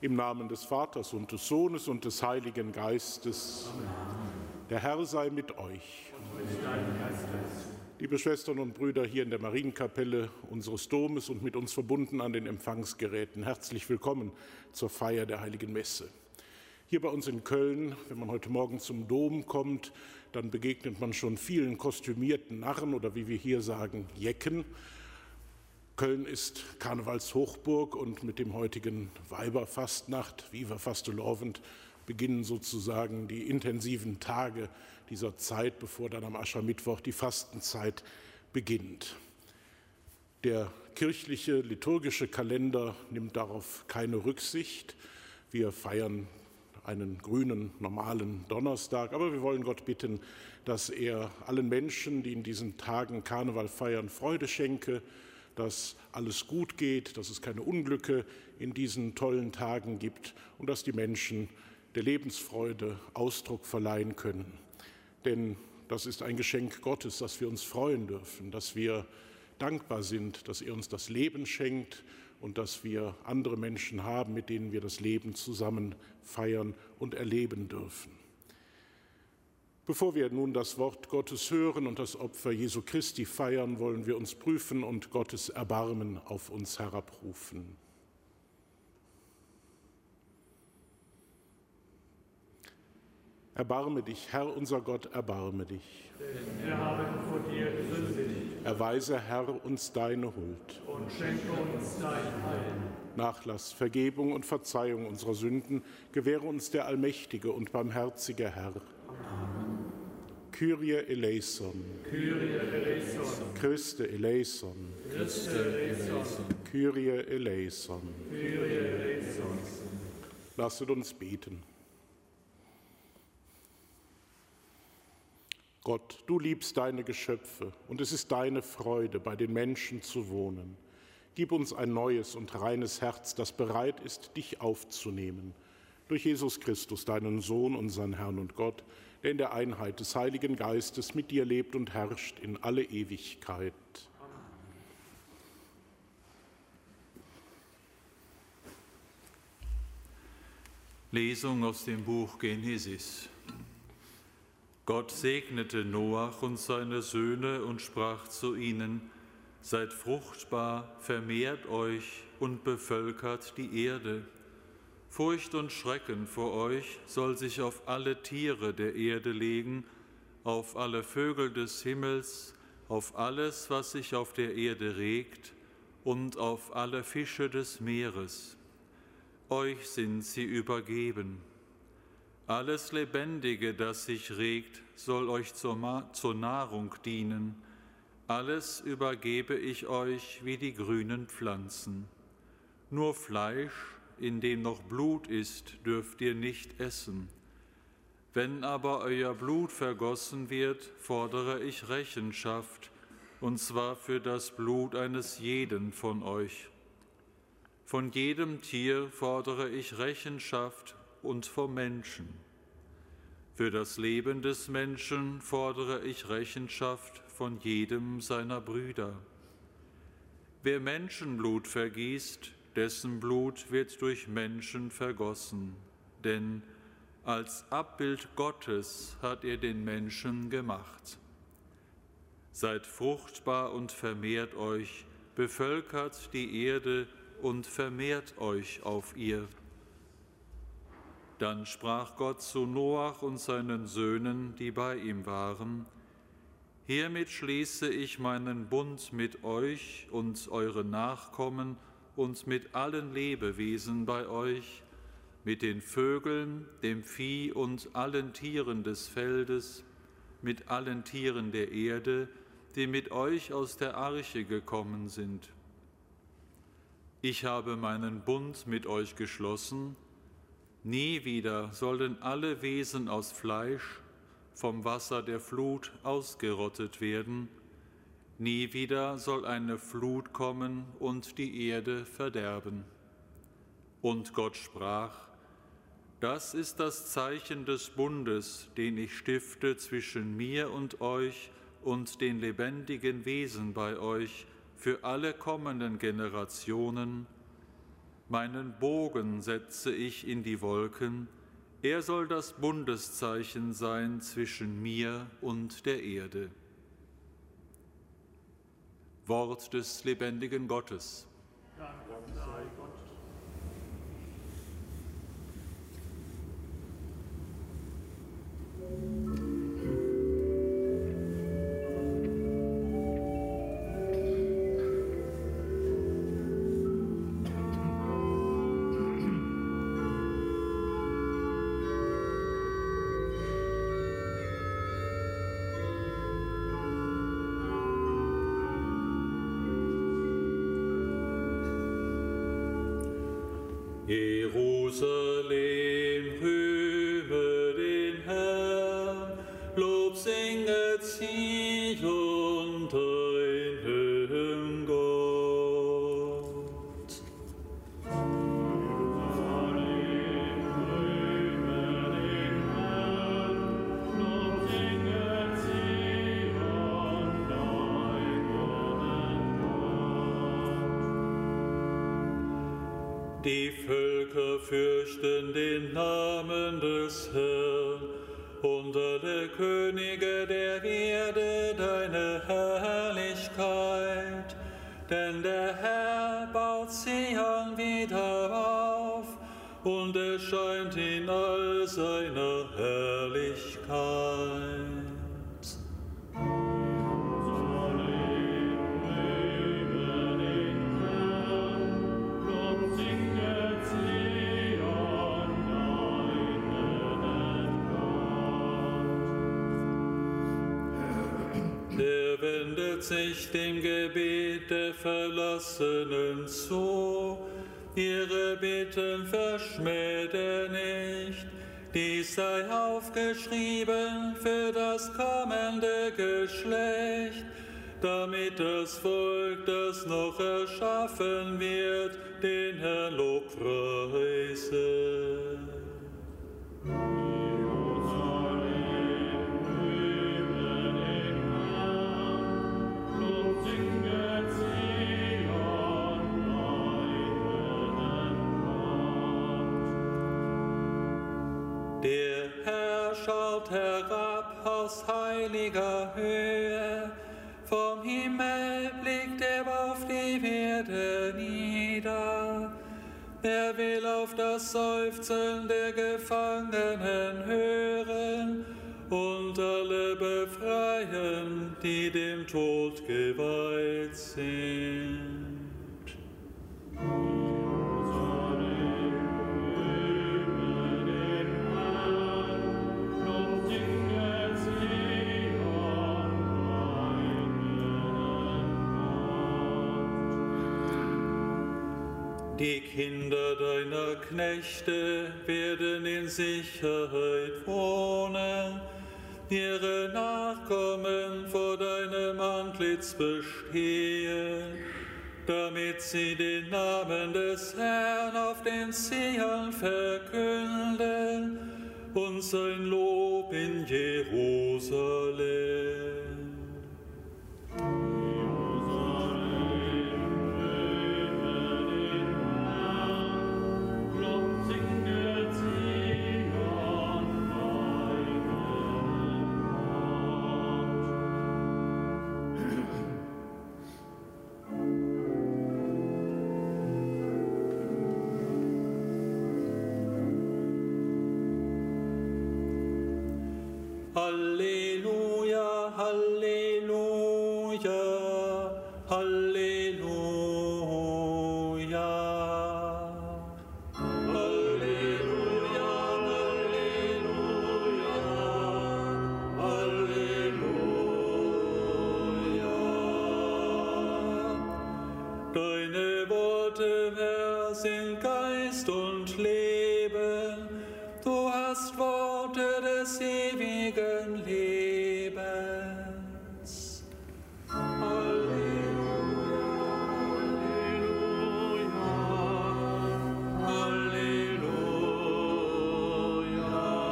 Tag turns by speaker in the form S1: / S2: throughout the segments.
S1: Im Namen des Vaters und des Sohnes und des Heiligen Geistes. Amen. Der Herr sei mit euch. Und mit deinem Geiste. Liebe Schwestern und Brüder hier in der Marienkapelle unseres Domes und mit uns verbunden an den Empfangsgeräten, herzlich willkommen zur Feier der Heiligen Messe. Hier bei uns in Köln, wenn man heute Morgen zum Dom kommt, dann begegnet man schon vielen kostümierten Narren oder wie wir hier sagen, Jecken. Köln ist Karnevalshochburg und mit dem heutigen Weiberfastnacht, Viva Fastelovend, beginnen sozusagen die intensiven Tage dieser Zeit, bevor dann am Aschermittwoch die Fastenzeit beginnt. Der kirchliche, liturgische Kalender nimmt darauf keine Rücksicht. Wir feiern einen grünen, normalen Donnerstag, aber wir wollen Gott bitten, dass er allen Menschen, die in diesen Tagen Karneval feiern, Freude schenke, dass alles gut geht, dass es keine Unglücke in diesen tollen Tagen gibt und dass die Menschen der Lebensfreude Ausdruck verleihen können. Denn das ist ein Geschenk Gottes, dass wir uns freuen dürfen, dass wir dankbar sind, dass er uns das Leben schenkt und dass wir andere Menschen haben, mit denen wir das Leben zusammen feiern und erleben dürfen. Bevor wir nun das Wort Gottes hören und das Opfer Jesu Christi feiern, wollen wir uns prüfen und Gottes Erbarmen auf uns herabrufen. Erbarme dich, Herr unser Gott, erbarme dich.
S2: Denn wir haben vor dir gesündigt.
S1: Erweise, Herr, uns deine Huld.
S2: Und schenke uns dein Heil.
S1: Nachlass, Vergebung und Verzeihung unserer Sünden gewähre uns der allmächtige und barmherzige Herr.
S2: Amen.
S1: Kyrie eleison.
S2: Kyrie eleison.
S1: Christe eleison.
S2: Christe eleison.
S1: Kyrie eleison.
S2: Kyrie eleison.
S1: Lasset uns beten. Gott, du liebst deine Geschöpfe und es ist deine Freude, bei den Menschen zu wohnen. Gib uns ein neues und reines Herz, das bereit ist, dich aufzunehmen. Durch Jesus Christus, deinen Sohn, unseren Herrn und Gott, der in der Einheit des Heiligen Geistes mit dir lebt und herrscht in alle Ewigkeit.
S3: Lesung aus dem Buch Genesis. Gott segnete Noach und seine Söhne und sprach zu ihnen: Seid fruchtbar, vermehrt euch und bevölkert die Erde. Furcht und Schrecken vor euch soll sich auf alle Tiere der Erde legen, auf alle Vögel des Himmels, auf alles, was sich auf der Erde regt, und auf alle Fische des Meeres. Euch sind sie übergeben. Alles Lebendige, das sich regt, soll euch zur Nahrung dienen. Alles übergebe ich euch wie die grünen Pflanzen. Nur Fleisch, in dem noch Blut ist, dürft ihr nicht essen. Wenn aber euer Blut vergossen wird, fordere ich Rechenschaft, und zwar für das Blut eines jeden von euch. Von jedem Tier fordere ich Rechenschaft und vom Menschen. Für das Leben des Menschen fordere ich Rechenschaft von jedem seiner Brüder. Wer Menschenblut vergießt, dessen Blut wird durch Menschen vergossen, denn als Abbild Gottes hat er den Menschen gemacht. Seid fruchtbar und vermehrt euch, bevölkert die Erde und vermehrt euch auf ihr. Dann sprach Gott zu Noach und seinen Söhnen, die bei ihm waren: Hiermit schließe ich meinen Bund mit euch und euren Nachkommen und mit allen Lebewesen bei euch, mit den Vögeln, dem Vieh und allen Tieren des Feldes, mit allen Tieren der Erde, die mit euch aus der Arche gekommen sind. Ich habe meinen Bund mit euch geschlossen. Nie wieder sollen alle Wesen aus Fleisch vom Wasser der Flut ausgerottet werden. Nie wieder soll eine Flut kommen und die Erde verderben. Und Gott sprach: Das ist das Zeichen des Bundes, den ich stifte zwischen mir und euch und den lebendigen Wesen bei euch für alle kommenden Generationen. Meinen Bogen setze ich in die Wolken, er soll das Bundeszeichen sein zwischen mir und der Erde. Wort des lebendigen Gottes.
S2: Dank sei Gott.
S3: Jerusalem, rühme den Herrn, Lob singet Zion, deinem Gott.
S2: Jerusalem, rühme den Herrn, Lob singet Zion, deinem Gott.
S3: Die Völker fürchten den Namen des Herrn, und alle Könige der Erde deine Herrlichkeit. Denn der Herr baut Zion wieder auf und erscheint in all seiner Herrlichkeit. Sich dem Gebet der Verlassenen zu, ihre Bitten verschmäht er nicht. Dies sei aufgeschrieben für das kommende Geschlecht, damit das Volk, das noch erschaffen wird, den Herrn lobpreise. Der Herr schaut herab aus heiliger Höhe, vom Himmel blickt er auf die Erde nieder. Er will auf das Seufzen der Gefangenen hören und alle befreien, die dem Tod geweiht sind. Die Kinder deiner Knechte werden in Sicherheit wohnen, ihre Nachkommen vor deinem Antlitz bestehen, damit sie den Namen des Herrn auf den Zion verkünden und sein Lob in Jerusalem. Halleluja, Halleluja, Halleluja. Halleluja, Halleluja, Halleluja. Deine Worte, Herr, sind Geist und Leben. Du hast Worte des ewigen Lebens. Halleluja, Halleluja,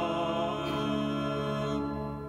S3: Halleluja.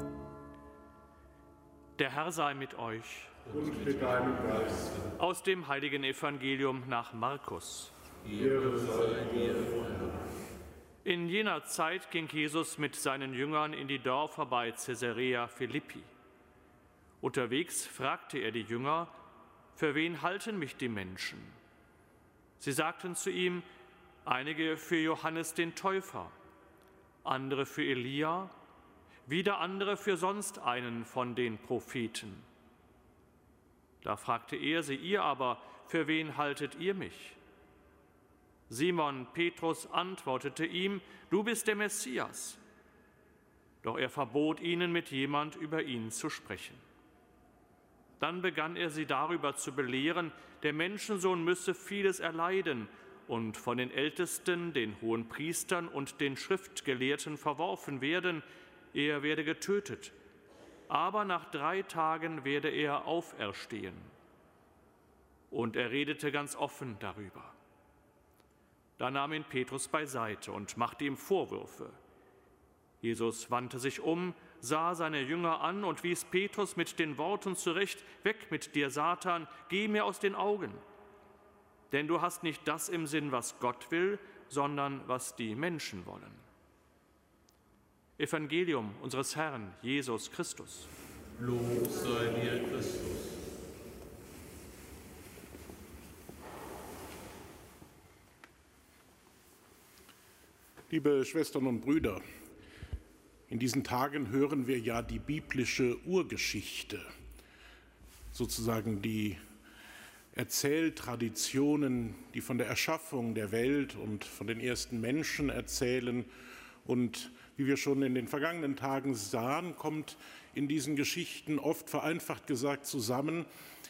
S4: Der Herr sei mit euch.
S1: Und mit deinem Geist.
S4: Aus dem heiligen Evangelium nach Markus.
S3: Ehre sei dir, Herr.
S2: In jener Zeit ging Jesus mit seinen Jüngern in die Dörfer bei Caesarea Philippi. Unterwegs fragte er die Jünger: Für wen halten mich die Menschen? Sie sagten zu ihm: Einige für Johannes den Täufer, andere für Elia, wieder andere für sonst einen von den Propheten. Da fragte er sie: Ihr aber, für wen haltet ihr mich? Simon Petrus antwortete ihm: Du bist der Messias. Doch er verbot ihnen, mit jemand über ihn zu sprechen. Dann begann er sie darüber zu belehren, der Menschensohn müsse vieles erleiden und von den Ältesten, den Hohenpriestern und den Schriftgelehrten verworfen werden. Er werde getötet, aber nach 3 Tagen werde er auferstehen. Und er redete ganz offen darüber. Da nahm ihn Petrus beiseite und machte ihm Vorwürfe. Jesus wandte sich um, sah seine Jünger an und wies Petrus mit den Worten zurecht: Weg mit dir, Satan, geh mir aus den Augen. Denn du hast nicht das im Sinn, was Gott will, sondern was die Menschen wollen. Evangelium unseres Herrn Jesus Christus.
S3: Lob sei dir, Christus.
S1: Liebe Schwestern und Brüder, in diesen Tagen hören wir ja die biblische Urgeschichte, sozusagen die Erzähltraditionen, die von der Erschaffung der Welt und von den ersten Menschen erzählen. Und wie wir schon in den vergangenen Tagen sahen, kommt in diesen Geschichten oft vereinfacht gesagt zusammen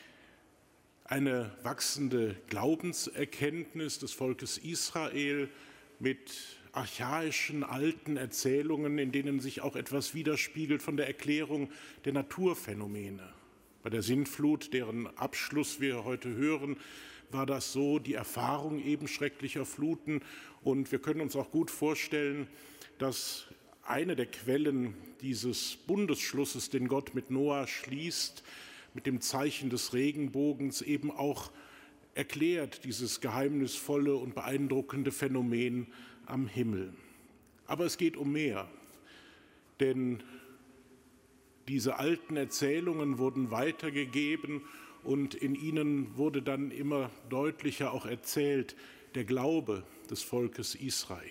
S1: eine wachsende Glaubenserkenntnis des Volkes Israel mit archaischen, alten Erzählungen, in denen sich auch etwas widerspiegelt von der Erklärung der Naturphänomene. Bei der Sintflut, deren Abschluss wir heute hören, war das so, die Erfahrung eben schrecklicher Fluten. Und wir können uns auch gut vorstellen, dass eine der Quellen dieses Bundesschlusses, den Gott mit Noah schließt, mit dem Zeichen des Regenbogens eben auch erklärt dieses geheimnisvolle und beeindruckende Phänomen am Himmel. Aber es geht um mehr, denn diese alten Erzählungen wurden weitergegeben und in ihnen wurde dann immer deutlicher auch erzählt der Glaube des Volkes Israel.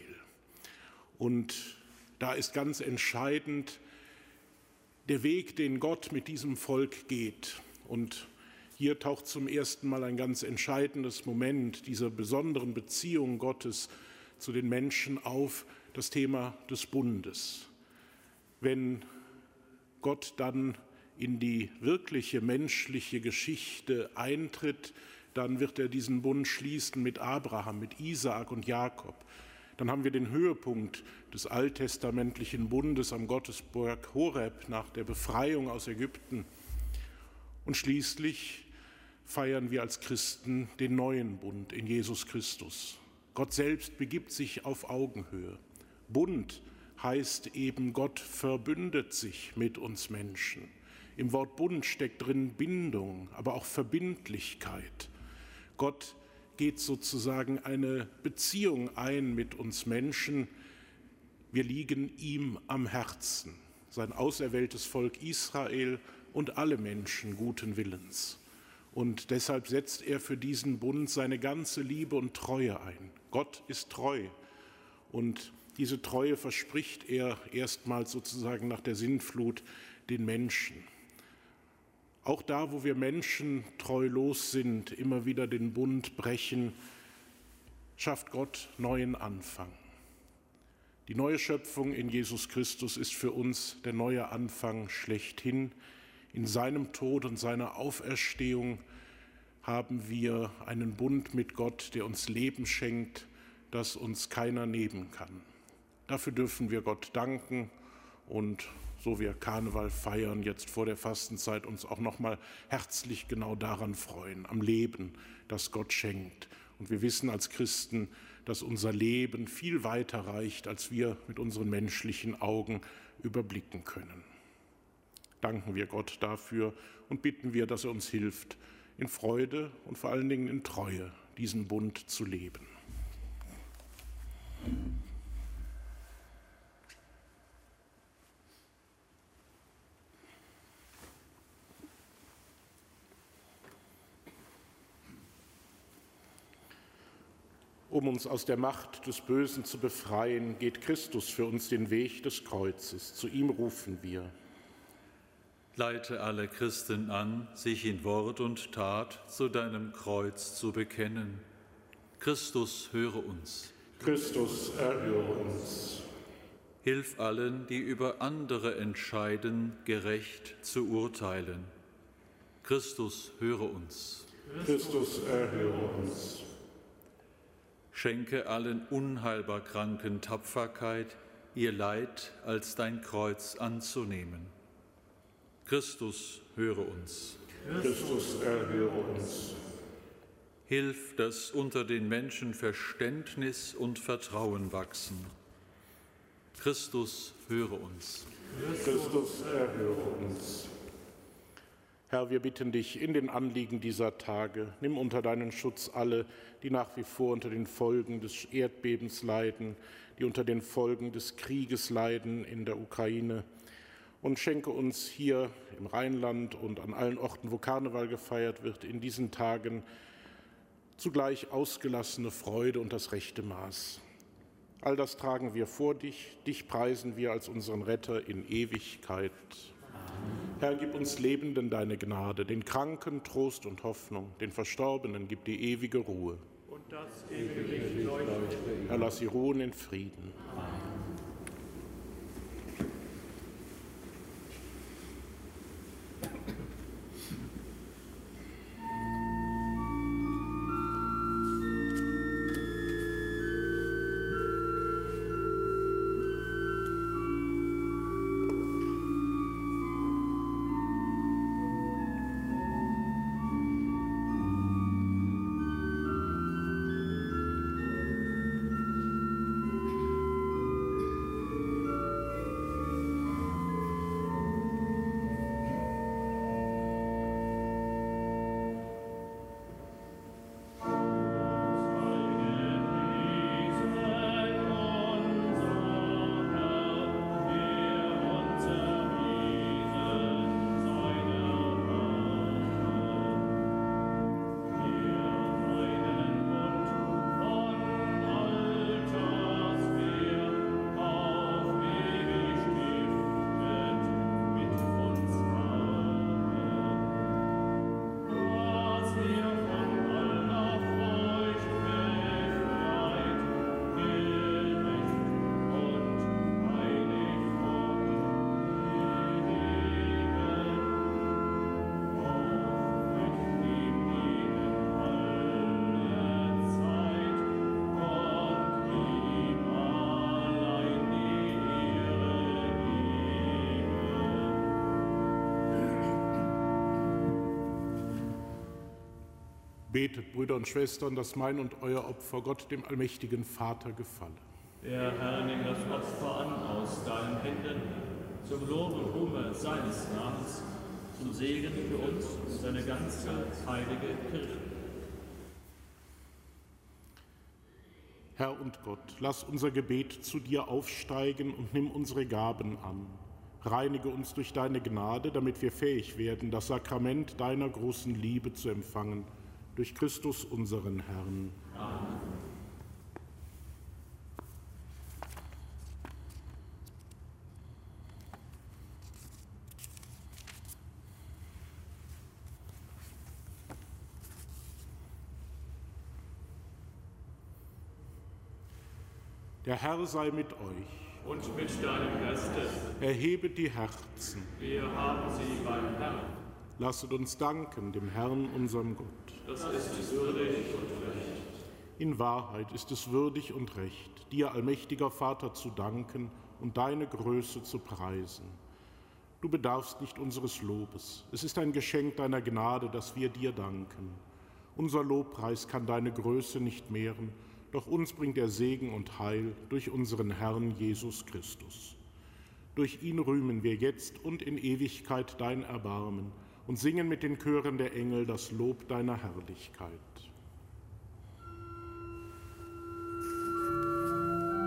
S1: Und da ist ganz entscheidend der Weg, den Gott mit diesem Volk geht. Und hier taucht zum ersten Mal ein ganz entscheidendes Moment dieser besonderen Beziehung Gottes zu den Menschen auf, das Thema des Bundes. Wenn Gott dann in die wirkliche menschliche Geschichte eintritt, dann wird er diesen Bund schließen mit Abraham, mit Isaak und Jakob. Dann haben wir den Höhepunkt des alttestamentlichen Bundes am Gottesberg Horeb nach der Befreiung aus Ägypten. Und schließlich feiern wir als Christen den neuen Bund in Jesus Christus. Gott selbst begibt sich auf Augenhöhe. Bund heißt eben, Gott verbündet sich mit uns Menschen. Im Wort Bund steckt drin Bindung, aber auch Verbindlichkeit. Gott geht sozusagen eine Beziehung ein mit uns Menschen. Wir liegen ihm am Herzen, sein auserwähltes Volk Israel und alle Menschen guten Willens. Und deshalb setzt er für diesen Bund seine ganze Liebe und Treue ein. Gott ist treu und diese Treue verspricht er erstmals sozusagen nach der Sintflut den Menschen. Auch da, wo wir Menschen treulos sind, immer wieder den Bund brechen, schafft Gott neuen Anfang. Die neue Schöpfung in Jesus Christus ist für uns der neue Anfang schlechthin. In seinem Tod und seiner Auferstehung haben wir einen Bund mit Gott, der uns Leben schenkt, das uns keiner nehmen kann. Dafür dürfen wir Gott danken und so wir Karneval feiern, jetzt vor der Fastenzeit uns auch noch mal herzlich genau daran freuen, am Leben, das Gott schenkt. Und wir wissen als Christen, dass unser Leben viel weiter reicht, als wir mit unseren menschlichen Augen überblicken können. Danken wir Gott dafür und bitten wir, dass er uns hilft, in Freude und vor allen Dingen in Treue diesen Bund zu leben. Um uns aus der Macht des Bösen zu befreien, geht Christus für uns den Weg des Kreuzes. Zu ihm rufen wir.
S3: Leite alle Christen an, sich in Wort und Tat zu deinem Kreuz zu bekennen. Christus, höre uns.
S1: Christus, erhöre uns.
S3: Hilf allen, die über andere entscheiden, gerecht zu urteilen. Christus, höre uns.
S1: Christus, erhöre uns.
S3: Schenke allen unheilbar Kranken Tapferkeit, ihr Leid als dein Kreuz anzunehmen. Christus, höre uns.
S1: Christus, erhöre uns.
S3: Hilf, dass unter den Menschen Verständnis und Vertrauen wachsen. Christus, höre uns.
S1: Christus, erhöre uns. Herr, wir bitten dich in den Anliegen dieser Tage, nimm unter deinen Schutz alle, die nach wie vor unter den Folgen des Erdbebens leiden, die unter den Folgen des Krieges leiden in der Ukraine, und schenke uns hier im Rheinland und an allen Orten, wo Karneval gefeiert wird, in diesen Tagen zugleich ausgelassene Freude und das rechte Maß. All das tragen wir vor dich, dich preisen wir als unseren Retter in Ewigkeit. Herr, gib uns Lebenden deine Gnade, den Kranken Trost und Hoffnung, den Verstorbenen gib die ewige Ruhe.
S2: Und das ewige Licht leuchtet.
S1: Herr, lass sie ruhen in Frieden.
S2: Amen.
S1: Betet, Brüder und Schwestern, dass mein und euer Opfer Gott, dem allmächtigen Vater, gefalle.
S2: Der Herr nimmt das Opfer an aus deinen Händen, zum Lob und Ruhme seines Namens, zum Segen für uns und seine ganze heilige Kirche.
S1: Herr und Gott, lass unser Gebet zu dir aufsteigen und nimm unsere Gaben an. Reinige uns durch deine Gnade, damit wir fähig werden, das Sakrament deiner großen Liebe zu empfangen, durch Christus unseren Herrn.
S2: Amen.
S1: Der Herr sei mit euch.
S2: Und mit deinem Geiste.
S1: Erhebet die Herzen.
S2: Wir haben sie beim Herrn.
S1: Lasset uns danken dem Herrn, unserem Gott.
S2: Das ist würdig und recht.
S1: In Wahrheit ist es würdig und recht, dir, allmächtiger Vater, zu danken und deine Größe zu preisen. Du bedarfst nicht unseres Lobes. Es ist ein Geschenk deiner Gnade, dass wir dir danken. Unser Lobpreis kann deine Größe nicht mehren, doch uns bringt er Segen und Heil durch unseren Herrn Jesus Christus. Durch ihn rühmen wir jetzt und in Ewigkeit dein Erbarmen und singen mit den Chören der Engel das Lob deiner Herrlichkeit.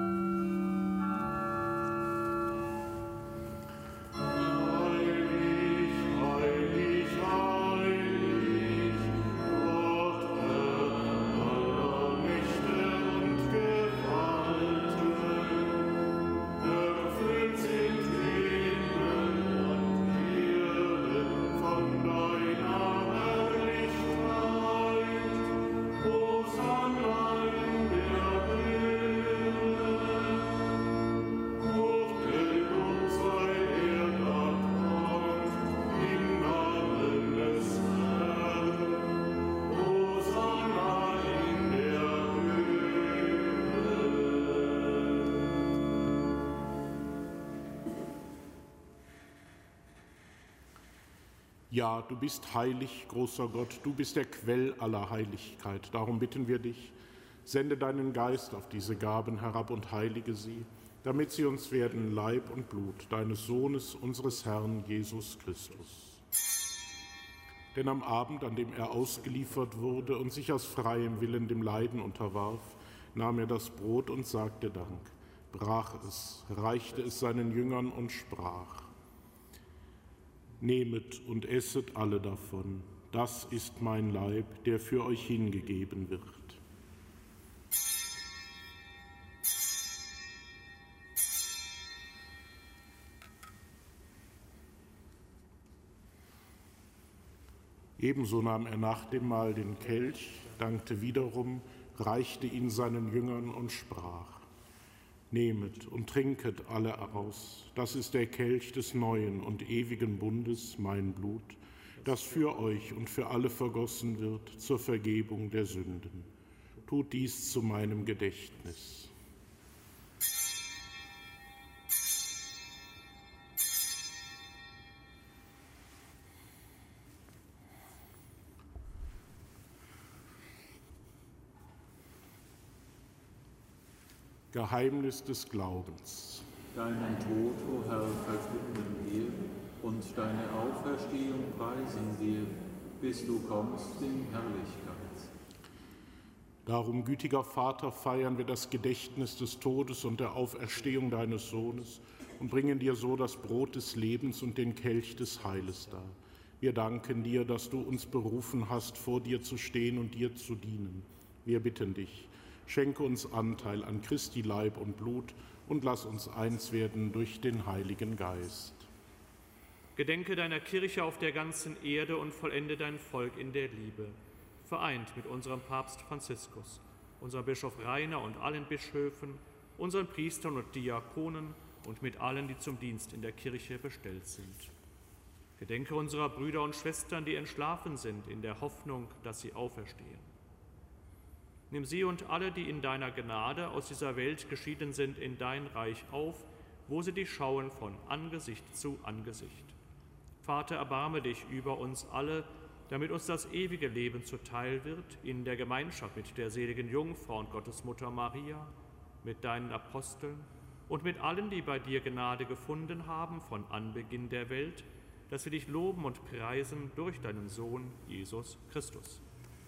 S1: Ja, du bist heilig, großer Gott, du bist der Quell aller Heiligkeit. Darum bitten wir dich, sende deinen Geist auf diese Gaben herab und heilige sie, damit sie uns werden Leib und Blut deines Sohnes, unseres Herrn Jesus Christus. Denn am Abend, an dem er ausgeliefert wurde und sich aus freiem Willen dem Leiden unterwarf, nahm er das Brot und sagte Dank, brach es, reichte es seinen Jüngern und sprach: Nehmet und esset alle davon, das ist mein Leib, der für euch hingegeben wird. Ebenso nahm er nach dem Mahl den Kelch, dankte wiederum, reichte ihn seinen Jüngern und sprach: Nehmet und trinket alle aus, das ist der Kelch des neuen und ewigen Bundes, mein Blut, das für euch und für alle vergossen wird zur Vergebung der Sünden. Tut dies zu meinem Gedächtnis. Geheimnis des Glaubens.
S3: Deinen Tod, o Herr, verkünden wir und deine Auferstehung preisen wir, bis du kommst in Herrlichkeit.
S1: Darum, gütiger Vater, feiern wir das Gedächtnis des Todes und der Auferstehung deines Sohnes und bringen dir so das Brot des Lebens und den Kelch des Heiles dar. Wir danken dir, dass du uns berufen hast, vor dir zu stehen und dir zu dienen. Wir bitten dich, schenke uns Anteil an Christi Leib und Blut und lass uns eins werden durch den Heiligen Geist.
S2: Gedenke deiner Kirche auf der ganzen Erde und vollende dein Volk in der Liebe, vereint mit unserem Papst Franziskus, unserem Bischof Rainer und allen Bischöfen, unseren Priestern und Diakonen und mit allen, die zum Dienst in der Kirche bestellt sind. Gedenke unserer Brüder und Schwestern, die entschlafen sind, in der Hoffnung, dass sie auferstehen. Nimm sie und alle, die in deiner Gnade aus dieser Welt geschieden sind, in dein Reich auf, wo sie dich schauen von Angesicht zu Angesicht. Vater, erbarme dich über uns alle, damit uns das ewige Leben zuteil wird, in der Gemeinschaft mit der seligen Jungfrau und Gottesmutter Maria, mit deinen Aposteln und mit allen, die bei dir Gnade gefunden haben von Anbeginn der Welt, dass wir dich loben und preisen durch deinen Sohn Jesus Christus.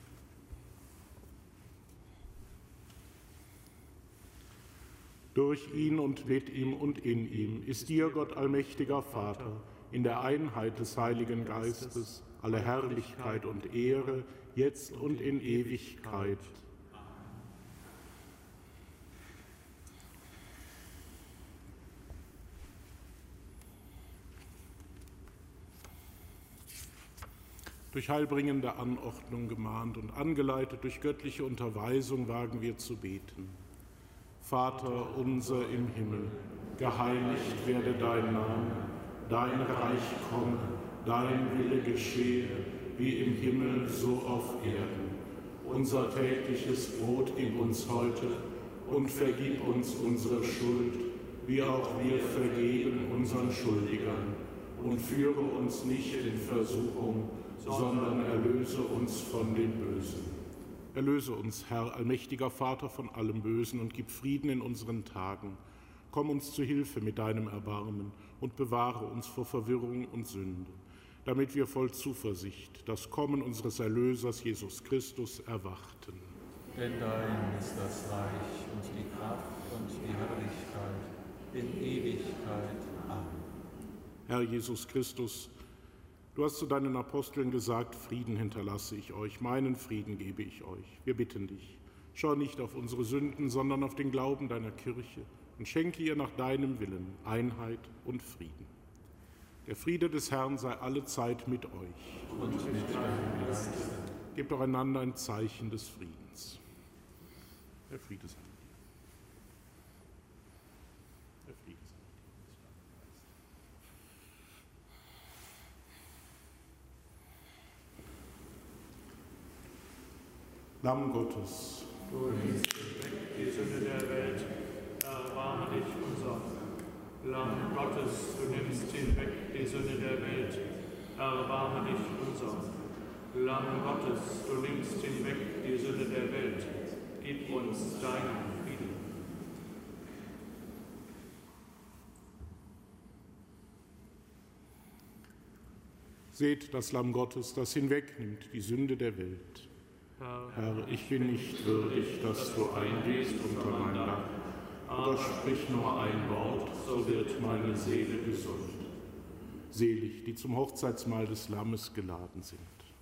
S1: Durch ihn und mit ihm und in ihm ist dir, Gott allmächtiger Vater, in der Einheit des Heiligen Geistes, alle Herrlichkeit und Ehre, jetzt und in Ewigkeit. Durch heilbringende Anordnung gemahnt und angeleitet durch göttliche Unterweisung wagen wir zu beten. Vater unser im Himmel, geheiligt werde dein Name, dein Reich komme, dein Wille geschehe, wie im Himmel so auf Erden. Unser tägliches Brot gib uns heute und vergib uns unsere Schuld, wie auch wir vergeben unseren Schuldigern. Und führe uns nicht in Versuchung, sondern erlöse uns von dem Bösen. Erlöse uns, Herr, allmächtiger Vater, von allem Bösen und gib Frieden in unseren Tagen. Komm uns zu Hilfe mit deinem Erbarmen und bewahre uns vor Verwirrung und Sünde, damit wir voll Zuversicht das Kommen unseres Erlösers Jesus Christus erwarten.
S3: Denn dein ist das Reich und die Kraft und die Herrlichkeit in Ewigkeit. Amen.
S1: Herr Jesus Christus, du hast zu deinen Aposteln gesagt, Frieden hinterlasse ich euch, meinen Frieden gebe ich euch. Wir bitten dich, schau nicht auf unsere Sünden, sondern auf den Glauben deiner Kirche und schenke ihr nach deinem Willen Einheit und Frieden. Der Friede des Herrn sei alle Zeit mit euch.
S3: Und mit deinem Geist.
S1: Gebt doch einander ein Zeichen des Friedens. Der Friede sei mit dir. Der Friede sei mit dir. Lamm Gottes,
S2: Du nimmst weg die Sünde der Welt, erbarme dich unser. Lamm Gottes, du nimmst hinweg die Sünde der Welt, erbarme dich unser. Lamm Gottes, du nimmst hinweg die Sünde der Welt, gib uns deinen Frieden.
S1: Seht das Lamm Gottes, das hinwegnimmt die Sünde der Welt. Herr, ich bin nicht würdig, dass du eingehst unter mein Dach, aber sprich nur ein Wort, so wird meine Seele gesund. Selig, die zum Hochzeitsmahl des Lammes geladen sind.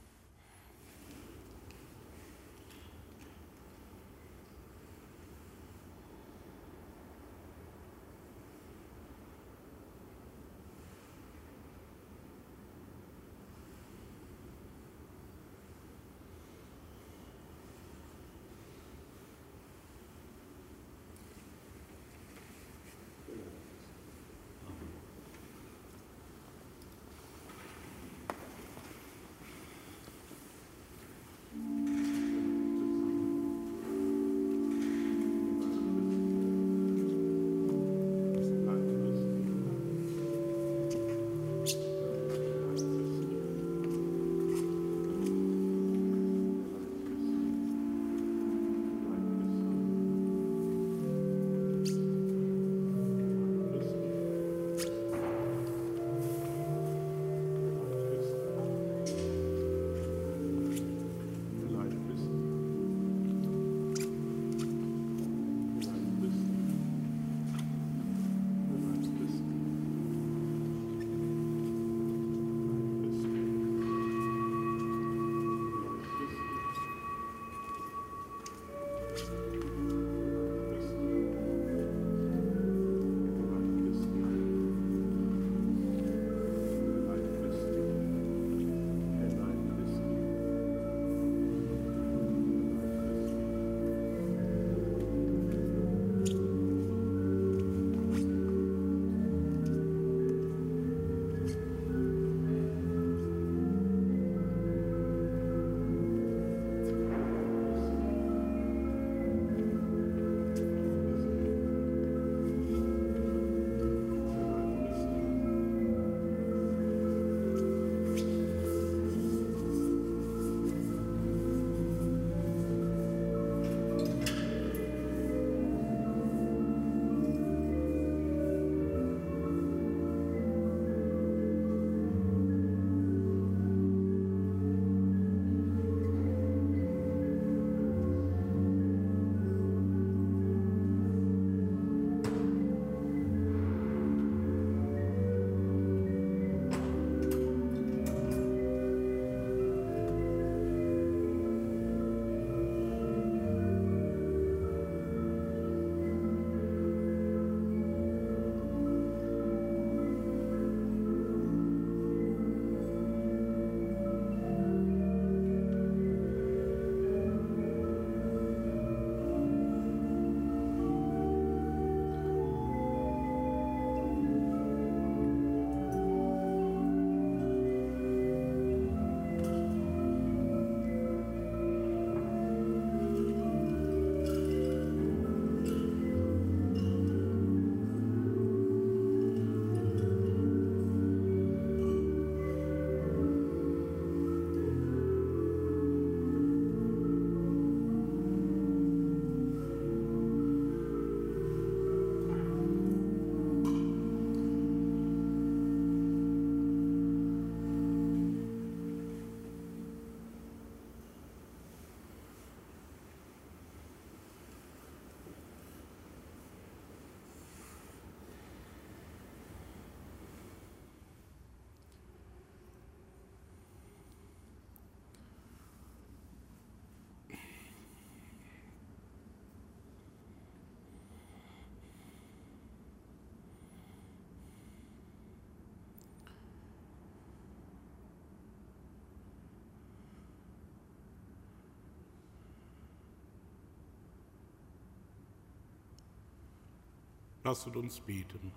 S1: Lasset uns beten.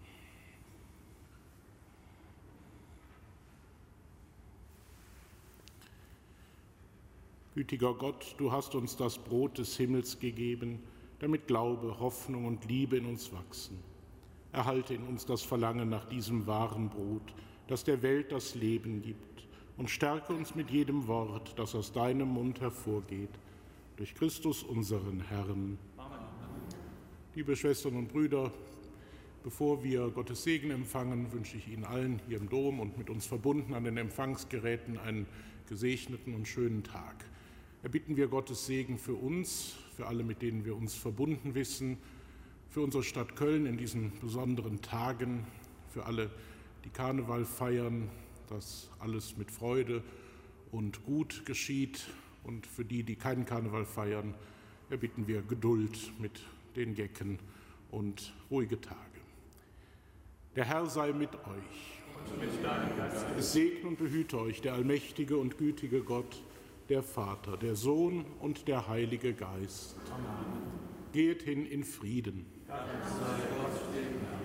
S1: Gütiger Gott, du hast uns das Brot des Himmels gegeben, damit Glaube, Hoffnung und Liebe in uns wachsen. Erhalte in uns das Verlangen nach diesem wahren Brot, das der Welt das Leben gibt, und stärke uns mit jedem Wort, das aus deinem Mund hervorgeht. Durch Christus, unseren Herrn. Amen. Liebe Schwestern und Brüder, bevor wir Gottes Segen empfangen, wünsche ich Ihnen allen hier im Dom und mit uns verbunden an den Empfangsgeräten einen gesegneten und schönen Tag. Erbitten wir Gottes Segen für uns, für alle, mit denen wir uns verbunden wissen, für unsere Stadt Köln in diesen besonderen Tagen, für alle, die Karneval feiern, dass alles mit Freude und gut geschieht. Und für die, die keinen Karneval feiern, erbitten wir Geduld mit den Gecken und ruhige Tage. Der Herr sei mit euch.
S2: Und mit deinem Geist.
S1: Es segne und behüte euch der allmächtige und gütige Gott, der Vater, der Sohn und der Heilige Geist.
S2: Amen.
S1: Geht hin in Frieden.
S2: Dank sei Gott dem Herrn.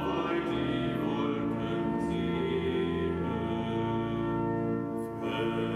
S4: Amen.